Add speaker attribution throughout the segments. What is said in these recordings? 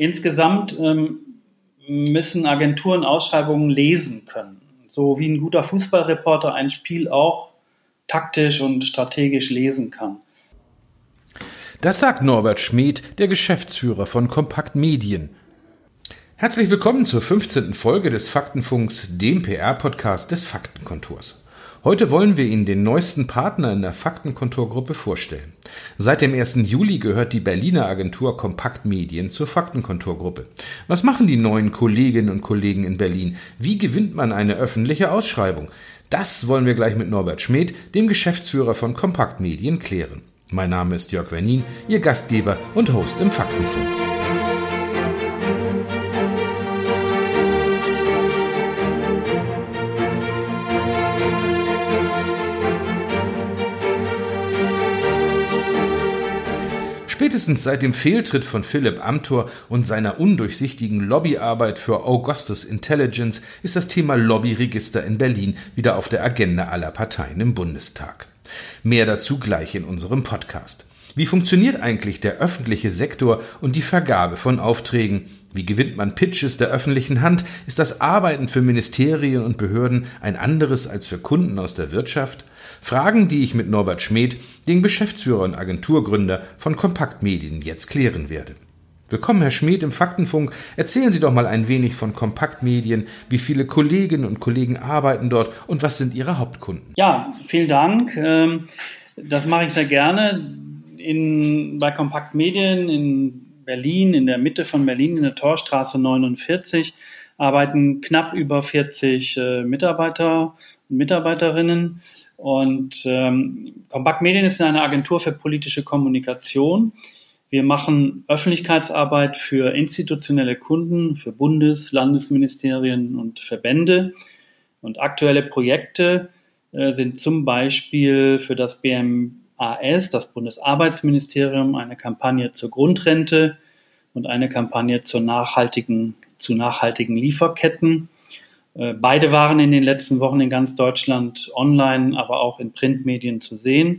Speaker 1: Insgesamt müssen Agenturen Ausschreibungen lesen können. So wie ein guter Fußballreporter ein Spiel auch taktisch und strategisch lesen kann.
Speaker 2: Das sagt Norbert Schmeth, der Geschäftsführer von Kompakt Medien. Herzlich willkommen zur 15. Folge des Faktenfunks, dem PR-Podcast des Faktenkontors. Heute wollen wir Ihnen den neuesten Partner in der Faktenkontor-Gruppe vorstellen. Seit dem 1. Juli gehört die Berliner Agentur Kompakt Medien zur Faktenkontor-Gruppe. Was machen die neuen Kolleginnen und Kollegen in Berlin? Wie gewinnt man eine öffentliche Ausschreibung? Das wollen wir gleich mit Norbert Schmeth, dem Geschäftsführer von Kompakt Medien, klären. Mein Name ist Jörg Wernin, Ihr Gastgeber und Host im Faktenfunk. Spätestens seit dem Fehltritt von Philipp Amthor und seiner undurchsichtigen Lobbyarbeit für Augustus Intelligence ist das Thema Lobbyregister in Berlin wieder auf der Agenda aller Parteien im Bundestag. Mehr dazu gleich in unserem Podcast. Wie funktioniert eigentlich der öffentliche Sektor und die Vergabe von Aufträgen? Wie gewinnt man Pitches der öffentlichen Hand? Ist das Arbeiten für Ministerien und Behörden ein anderes als für Kunden aus der Wirtschaft? Fragen, die ich mit Norbert Schmeth, dem Geschäftsführer und Agenturgründer von Kompakt Medien, jetzt klären werde. Willkommen, Herr Schmeth, im Faktenfunk. Erzählen Sie doch mal ein wenig von Kompakt Medien. Wie viele Kolleginnen und Kollegen arbeiten dort und was sind Ihre Hauptkunden?
Speaker 1: Ja, vielen Dank. Das mache ich sehr gerne. Bei Kompakt Medien in Berlin, in der Mitte von Berlin, in der Torstraße 49, arbeiten knapp über 40 Mitarbeiter und Mitarbeiterinnen. Und Kompakt Medien ist eine Agentur für politische Kommunikation. Wir machen Öffentlichkeitsarbeit für institutionelle Kunden, für Bundes-, Landesministerien und Verbände. Und aktuelle Projekte sind zum Beispiel für das BMAS, das Bundesarbeitsministerium, eine Kampagne zur Grundrente und eine Kampagne zu nachhaltigen Lieferketten. Beide waren in den letzten Wochen in ganz Deutschland online, aber auch in Printmedien zu sehen.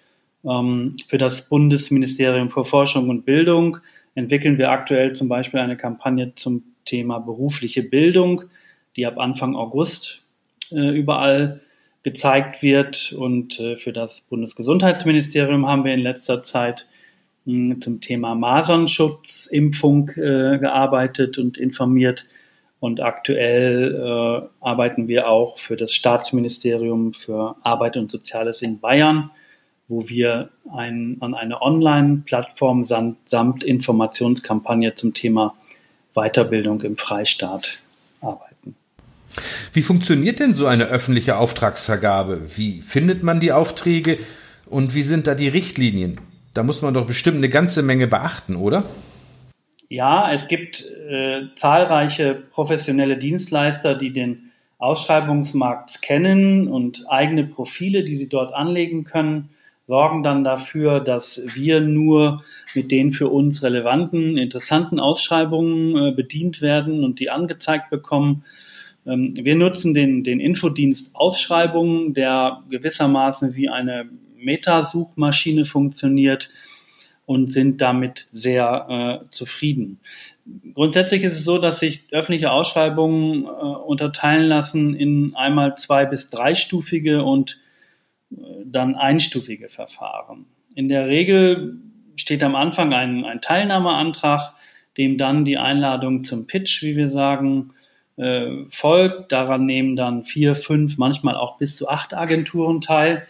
Speaker 1: Für das Bundesministerium für Forschung und Bildung entwickeln wir aktuell zum Beispiel eine Kampagne zum Thema berufliche Bildung, die ab Anfang August überall gezeigt wird. Und für das Bundesgesundheitsministerium haben wir in letzter Zeit zum Thema Masernschutzimpfung gearbeitet und informiert. Und aktuell arbeiten wir auch für das Staatsministerium für Arbeit und Soziales in Bayern, wo wir an einer Online-Plattform samt Informationskampagne zum Thema Weiterbildung im Freistaat arbeiten.
Speaker 2: Wie funktioniert denn so eine öffentliche Auftragsvergabe? Wie findet man die Aufträge und wie sind da die Richtlinien? Da muss man doch bestimmt eine ganze Menge beachten, oder?
Speaker 1: Ja, es gibt zahlreiche professionelle Dienstleister, die den Ausschreibungsmarkt scannen und eigene Profile, die sie dort anlegen können, sorgen dann dafür, dass wir nur mit den für uns relevanten, interessanten Ausschreibungen bedient werden und die angezeigt bekommen. Wir nutzen den Infodienst Ausschreibungen, der gewissermaßen wie eine Metasuchmaschine funktioniert, und sind damit sehr zufrieden. Grundsätzlich ist es so, dass sich öffentliche Ausschreibungen unterteilen lassen in einmal 2- bis 3-stufige und dann einstufige Verfahren. In der Regel steht am Anfang ein Teilnahmeantrag, dem dann die Einladung zum Pitch, wie wir sagen, folgt. Daran nehmen dann 4, 5, manchmal auch bis zu 8 Agenturen teil.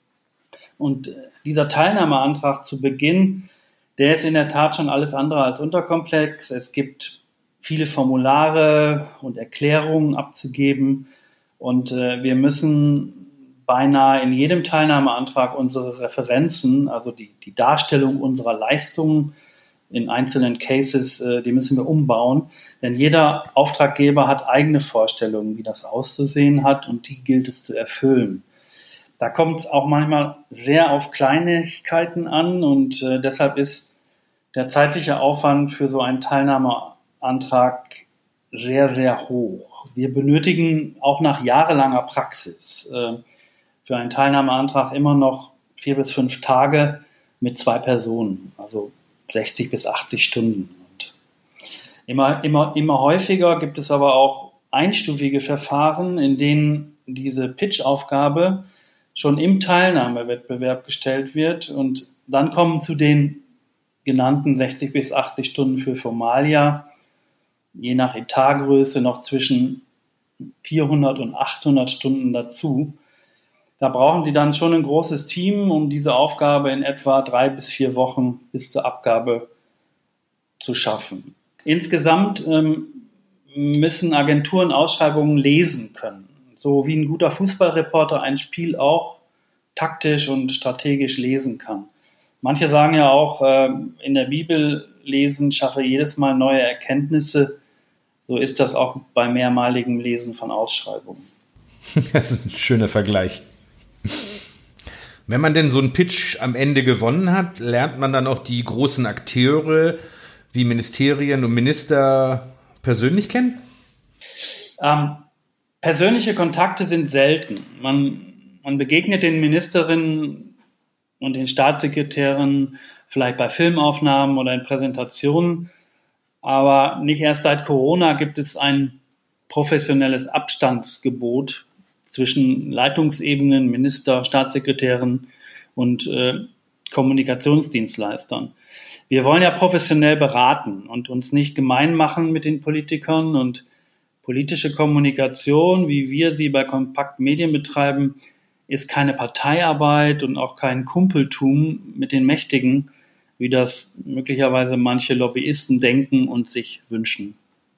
Speaker 1: Und dieser Teilnahmeantrag zu Beginn, der ist in der Tat schon alles andere als unterkomplex. Es gibt viele Formulare und Erklärungen abzugeben und wir müssen beinahe in jedem Teilnahmeantrag unsere Referenzen, also die Darstellung unserer Leistungen in einzelnen Cases, die müssen wir umbauen. Denn jeder Auftraggeber hat eigene Vorstellungen, wie das auszusehen hat und die gilt es zu erfüllen. Da kommt es auch manchmal sehr auf Kleinigkeiten an und deshalb ist der zeitliche Aufwand für so einen Teilnahmeantrag sehr, sehr hoch. Wir benötigen auch nach jahrelanger Praxis für einen Teilnahmeantrag immer noch 4 bis 5 Tage mit 2 Personen, also 60 bis 80 Stunden. Und Immer häufiger gibt es aber auch einstufige Verfahren, in denen diese Pitch-Aufgabe schon im Teilnahmewettbewerb gestellt wird und dann kommen zu den genannten 60 bis 80 Stunden für Formalia, je nach Etatgröße noch zwischen 400 und 800 Stunden dazu. Da brauchen Sie dann schon ein großes Team, um diese Aufgabe in etwa 3 bis 4 Wochen bis zur Abgabe zu schaffen. Insgesamt müssen Agenturen Ausschreibungen lesen können, so wie ein guter Fußballreporter ein Spiel auch taktisch und strategisch lesen kann. Manche sagen ja auch, in der Bibel lesen schaffe jedes Mal neue Erkenntnisse. So ist das auch bei mehrmaligem Lesen von Ausschreibungen.
Speaker 2: Das ist ein schöner Vergleich. Wenn man denn so einen Pitch am Ende gewonnen hat, lernt man dann auch die großen Akteure wie Ministerien und Minister persönlich kennen?
Speaker 1: Persönliche Kontakte sind selten. Man begegnet den Ministerinnen und den Staatssekretären vielleicht bei Filmaufnahmen oder in Präsentationen, aber nicht erst seit Corona gibt es ein professionelles Abstandsgebot zwischen Leitungsebenen, Minister, Staatssekretären und Kommunikationsdienstleistern. Wir wollen ja professionell beraten und uns nicht gemein machen mit den Politikern, und politische Kommunikation, wie wir sie bei Kompakt Medien betreiben, ist keine Parteiarbeit und auch kein Kumpeltum mit den Mächtigen, wie das möglicherweise manche Lobbyisten denken und sich wünschen.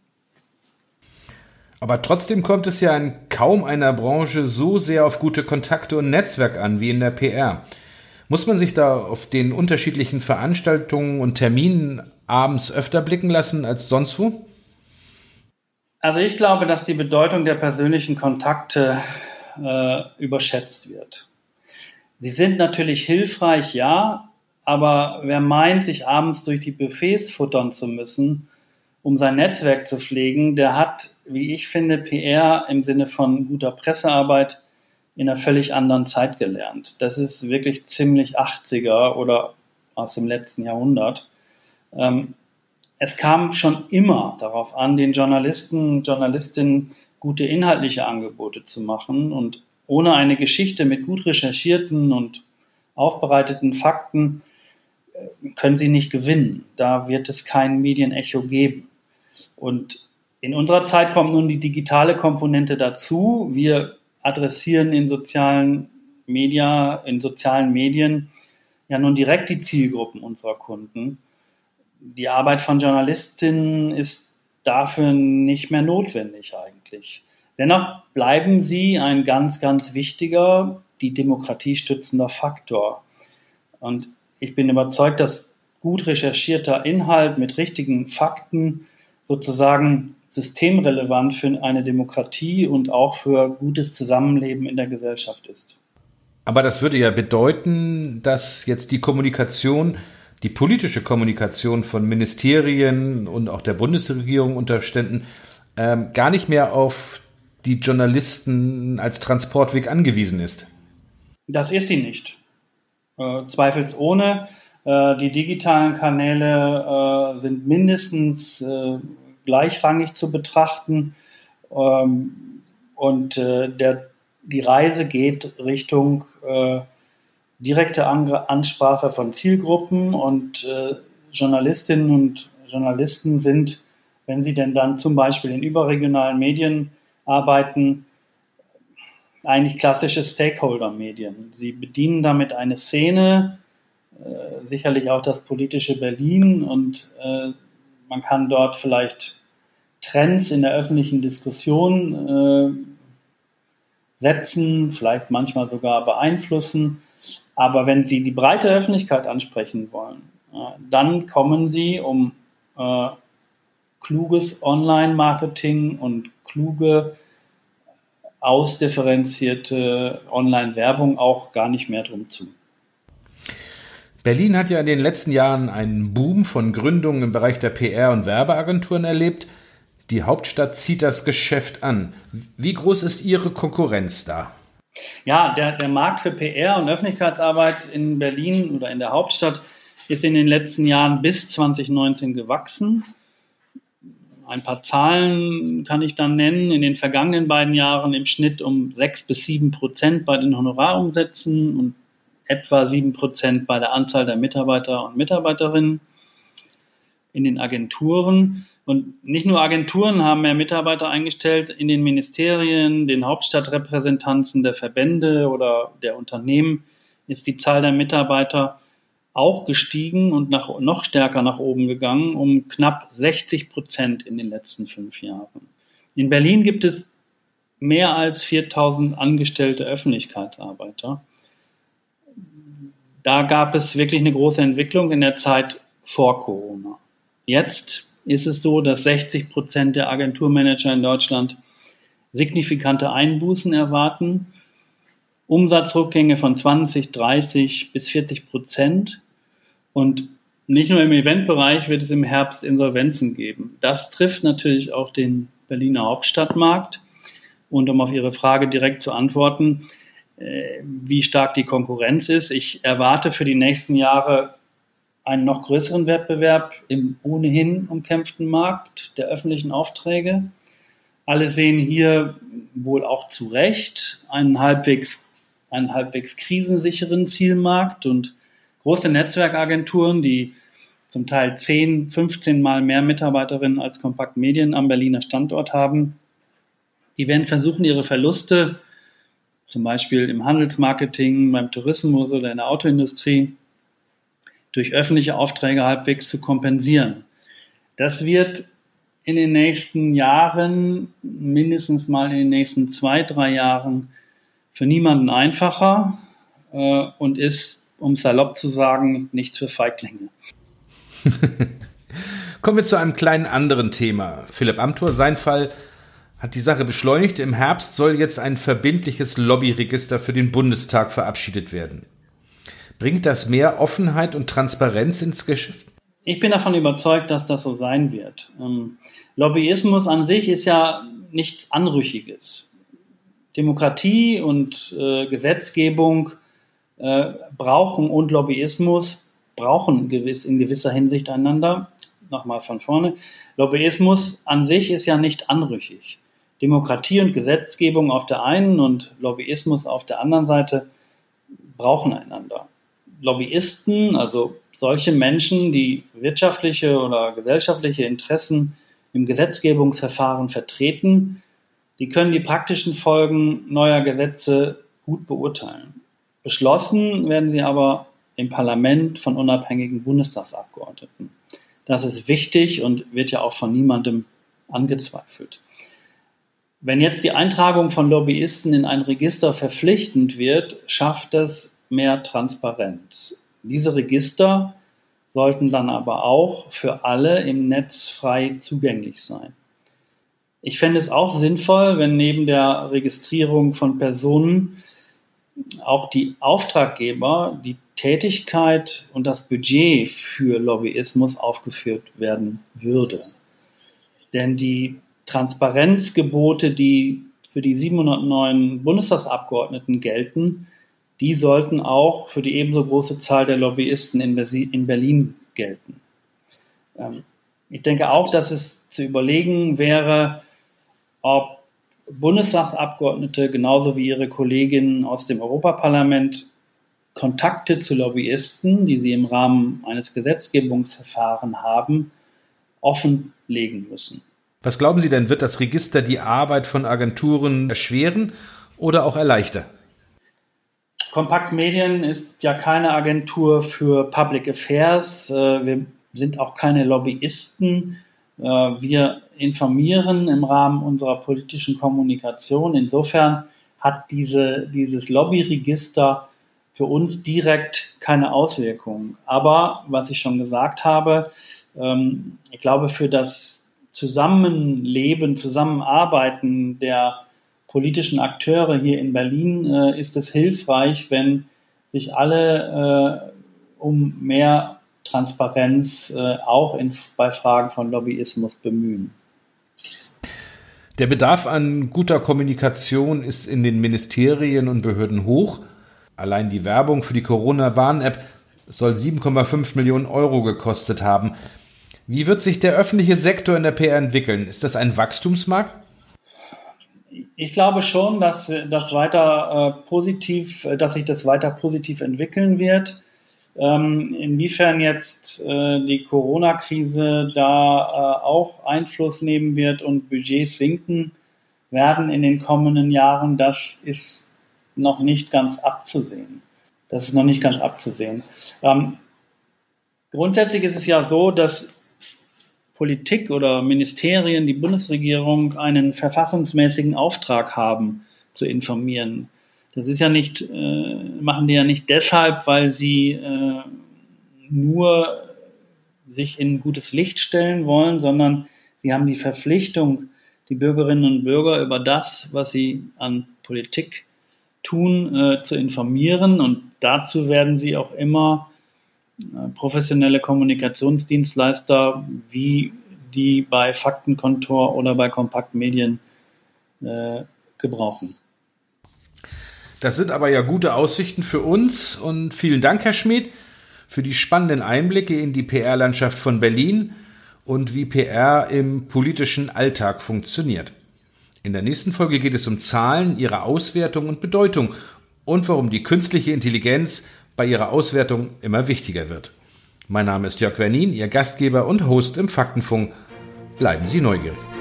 Speaker 2: Aber trotzdem kommt es ja in kaum einer Branche so sehr auf gute Kontakte und Netzwerk an wie in der PR. Muss man sich da auf den unterschiedlichen Veranstaltungen und Terminen abends öfter blicken lassen als sonst wo?
Speaker 1: Also ich glaube, dass die Bedeutung der persönlichen Kontakte überschätzt wird. Sie sind natürlich hilfreich, ja, aber wer meint, sich abends durch die Buffets futtern zu müssen, um sein Netzwerk zu pflegen, der hat, wie ich finde, PR im Sinne von guter Pressearbeit in einer völlig anderen Zeit gelernt. Das ist wirklich ziemlich 80er oder aus dem letzten Jahrhundert. Es kam schon immer darauf an, den Journalisten und Journalistinnen gute inhaltliche Angebote zu machen, und ohne eine Geschichte mit gut recherchierten und aufbereiteten Fakten können sie nicht gewinnen. Da wird es kein Medienecho geben. Und in unserer Zeit kommt nun die digitale Komponente dazu. Wir adressieren in sozialen Medien ja nun direkt die Zielgruppen unserer Kunden. Die Arbeit von Journalistinnen ist dafür nicht mehr notwendig eigentlich. Dennoch bleiben sie ein ganz, ganz wichtiger, die Demokratie stützender Faktor. Und ich bin überzeugt, dass gut recherchierter Inhalt mit richtigen Fakten sozusagen systemrelevant für eine Demokratie und auch für gutes Zusammenleben in der Gesellschaft ist.
Speaker 2: Aber das würde ja bedeuten, dass jetzt die politische Kommunikation von Ministerien und auch der Bundesregierung unter Ständen gar nicht mehr auf die Journalisten als Transportweg angewiesen ist.
Speaker 1: Das ist sie nicht. Zweifelsohne. Die digitalen Kanäle sind mindestens gleichrangig zu betrachten, und die Reise geht Richtung direkte Ansprache von Zielgruppen, und Journalistinnen und Journalisten sind, wenn sie denn dann zum Beispiel in überregionalen Medien arbeiten, eigentlich klassische Stakeholder-Medien. Sie bedienen damit eine Szene, sicherlich auch das politische Berlin, und man kann dort vielleicht Trends in der öffentlichen Diskussion setzen, vielleicht manchmal sogar beeinflussen. Aber wenn Sie die breite Öffentlichkeit ansprechen wollen, dann kommen Sie um kluges Online-Marketing und kluge, ausdifferenzierte Online-Werbung auch gar nicht mehr drum zu.
Speaker 2: Berlin hat ja in den letzten Jahren einen Boom von Gründungen im Bereich der PR- und Werbeagenturen erlebt. Die Hauptstadt zieht das Geschäft an. Wie groß ist Ihre Konkurrenz da?
Speaker 1: Ja, der Markt für PR und Öffentlichkeitsarbeit in Berlin oder in der Hauptstadt ist in den letzten Jahren bis 2019 gewachsen. Ein paar Zahlen kann ich dann nennen. In den vergangenen beiden Jahren im Schnitt um 6-7% bei den Honorarumsätzen und etwa 7% bei der Anzahl der Mitarbeiter und Mitarbeiterinnen in den Agenturen. Und nicht nur Agenturen haben mehr Mitarbeiter eingestellt, in den Ministerien, den Hauptstadtrepräsentanzen der Verbände oder der Unternehmen ist die Zahl der Mitarbeiter auch gestiegen und noch stärker nach oben gegangen, um knapp 60% in den letzten 5 Jahren. In Berlin gibt es mehr als 4.000 angestellte Öffentlichkeitsarbeiter. Da gab es wirklich eine große Entwicklung in der Zeit vor Corona. Jetzt ist es so, dass 60% der Agenturmanager in Deutschland signifikante Einbußen erwarten, Umsatzrückgänge von 20, 30 bis 40%. Und nicht nur im Eventbereich wird es im Herbst Insolvenzen geben. Das trifft natürlich auch den Berliner Hauptstadtmarkt. Und um auf Ihre Frage direkt zu antworten, wie stark die Konkurrenz ist, ich erwarte für die nächsten Jahre einen noch größeren Wettbewerb im ohnehin umkämpften Markt der öffentlichen Aufträge. Alle sehen hier wohl auch zu Recht einen halbwegs krisensicheren Zielmarkt und große Netzwerkagenturen, die zum Teil 10, 15 Mal mehr Mitarbeiterinnen als Kompakt Medien am Berliner Standort haben, die werden versuchen, ihre Verluste, zum Beispiel im Handelsmarketing, beim Tourismus oder in der Autoindustrie, durch öffentliche Aufträge halbwegs zu kompensieren. Das wird in den nächsten Jahren, mindestens mal in den nächsten 2-3 Jahren, für niemanden einfacher und ist, um salopp zu sagen, nichts für Feiglinge.
Speaker 2: Kommen wir zu einem kleinen anderen Thema. Philipp Amthor, sein Fall hat die Sache beschleunigt. Im Herbst soll jetzt ein verbindliches Lobbyregister für den Bundestag verabschiedet werden. Bringt das mehr Offenheit und Transparenz ins Geschäft?
Speaker 1: Ich bin davon überzeugt, dass das so sein wird. Lobbyismus an sich ist ja nichts Anrüchiges. Demokratie und Gesetzgebung brauchen und Lobbyismus brauchen in gewisser Hinsicht einander. Nochmal von vorne. Lobbyismus an sich ist ja nicht anrüchig. Demokratie und Gesetzgebung auf der einen und Lobbyismus auf der anderen Seite brauchen einander. Lobbyisten, also solche Menschen, die wirtschaftliche oder gesellschaftliche Interessen im Gesetzgebungsverfahren vertreten, die können die praktischen Folgen neuer Gesetze gut beurteilen. Beschlossen werden sie aber im Parlament von unabhängigen Bundestagsabgeordneten. Das ist wichtig und wird ja auch von niemandem angezweifelt. Wenn jetzt die Eintragung von Lobbyisten in ein Register verpflichtend wird, schafft es mehr Transparenz. Diese Register sollten dann aber auch für alle im Netz frei zugänglich sein. Ich fände es auch sinnvoll, wenn neben der Registrierung von Personen auch die Auftraggeber, die Tätigkeit und das Budget für Lobbyismus aufgeführt werden würde. Denn die Transparenzgebote, die für die 709 Bundestagsabgeordneten gelten, die sollten auch für die ebenso große Zahl der Lobbyisten in Berlin gelten. Ich denke auch, dass es zu überlegen wäre, ob Bundestagsabgeordnete genauso wie ihre Kolleginnen aus dem Europaparlament Kontakte zu Lobbyisten, die sie im Rahmen eines Gesetzgebungsverfahrens haben, offenlegen müssen.
Speaker 2: Was glauben Sie denn, wird das Register die Arbeit von Agenturen erschweren oder auch erleichtern?
Speaker 1: Kompakt Medien ist ja keine Agentur für Public Affairs. Wir sind auch keine Lobbyisten. Wir informieren im Rahmen unserer politischen Kommunikation. Insofern hat dieses Lobbyregister für uns direkt keine Auswirkungen. Aber, was ich schon gesagt habe, ich glaube, für das Zusammenleben, Zusammenarbeiten der politischen Akteure hier in Berlin ist es hilfreich, wenn sich alle um mehr Transparenz auch bei Fragen von Lobbyismus bemühen.
Speaker 2: Der Bedarf an guter Kommunikation ist in den Ministerien und Behörden hoch. Allein die Werbung für die Corona-Warn-App soll 7,5 Millionen Euro gekostet haben. Wie wird sich der öffentliche Sektor in der PR entwickeln? Ist das ein Wachstumsmarkt?
Speaker 1: Ich glaube schon, dass sich das weiter positiv entwickeln wird. Inwiefern jetzt die Corona-Krise da auch Einfluss nehmen wird und Budgets sinken werden in den kommenden Jahren, das ist noch nicht ganz abzusehen. Grundsätzlich ist es ja so, dass Politik oder Ministerien, die Bundesregierung, einen verfassungsmäßigen Auftrag haben, zu informieren. Das ist ja nicht, machen die ja nicht deshalb, weil sie nur sich in gutes Licht stellen wollen, sondern sie haben die Verpflichtung, die Bürgerinnen und Bürger über das, was sie an Politik tun, zu informieren. Und dazu werden sie auch immer professionelle Kommunikationsdienstleister wie die bei Faktenkontor oder bei Kompaktmedien gebrauchen.
Speaker 2: Das sind aber ja gute Aussichten für uns und vielen Dank, Herr Schmid, für die spannenden Einblicke in die PR-Landschaft von Berlin und wie PR im politischen Alltag funktioniert. In der nächsten Folge geht es um Zahlen, ihre Auswertung und Bedeutung und warum die künstliche Intelligenz bei ihrer Auswertung immer wichtiger wird. Mein Name ist Jörg Wernin, Ihr Gastgeber und Host im Faktenfunk. Bleiben Sie neugierig.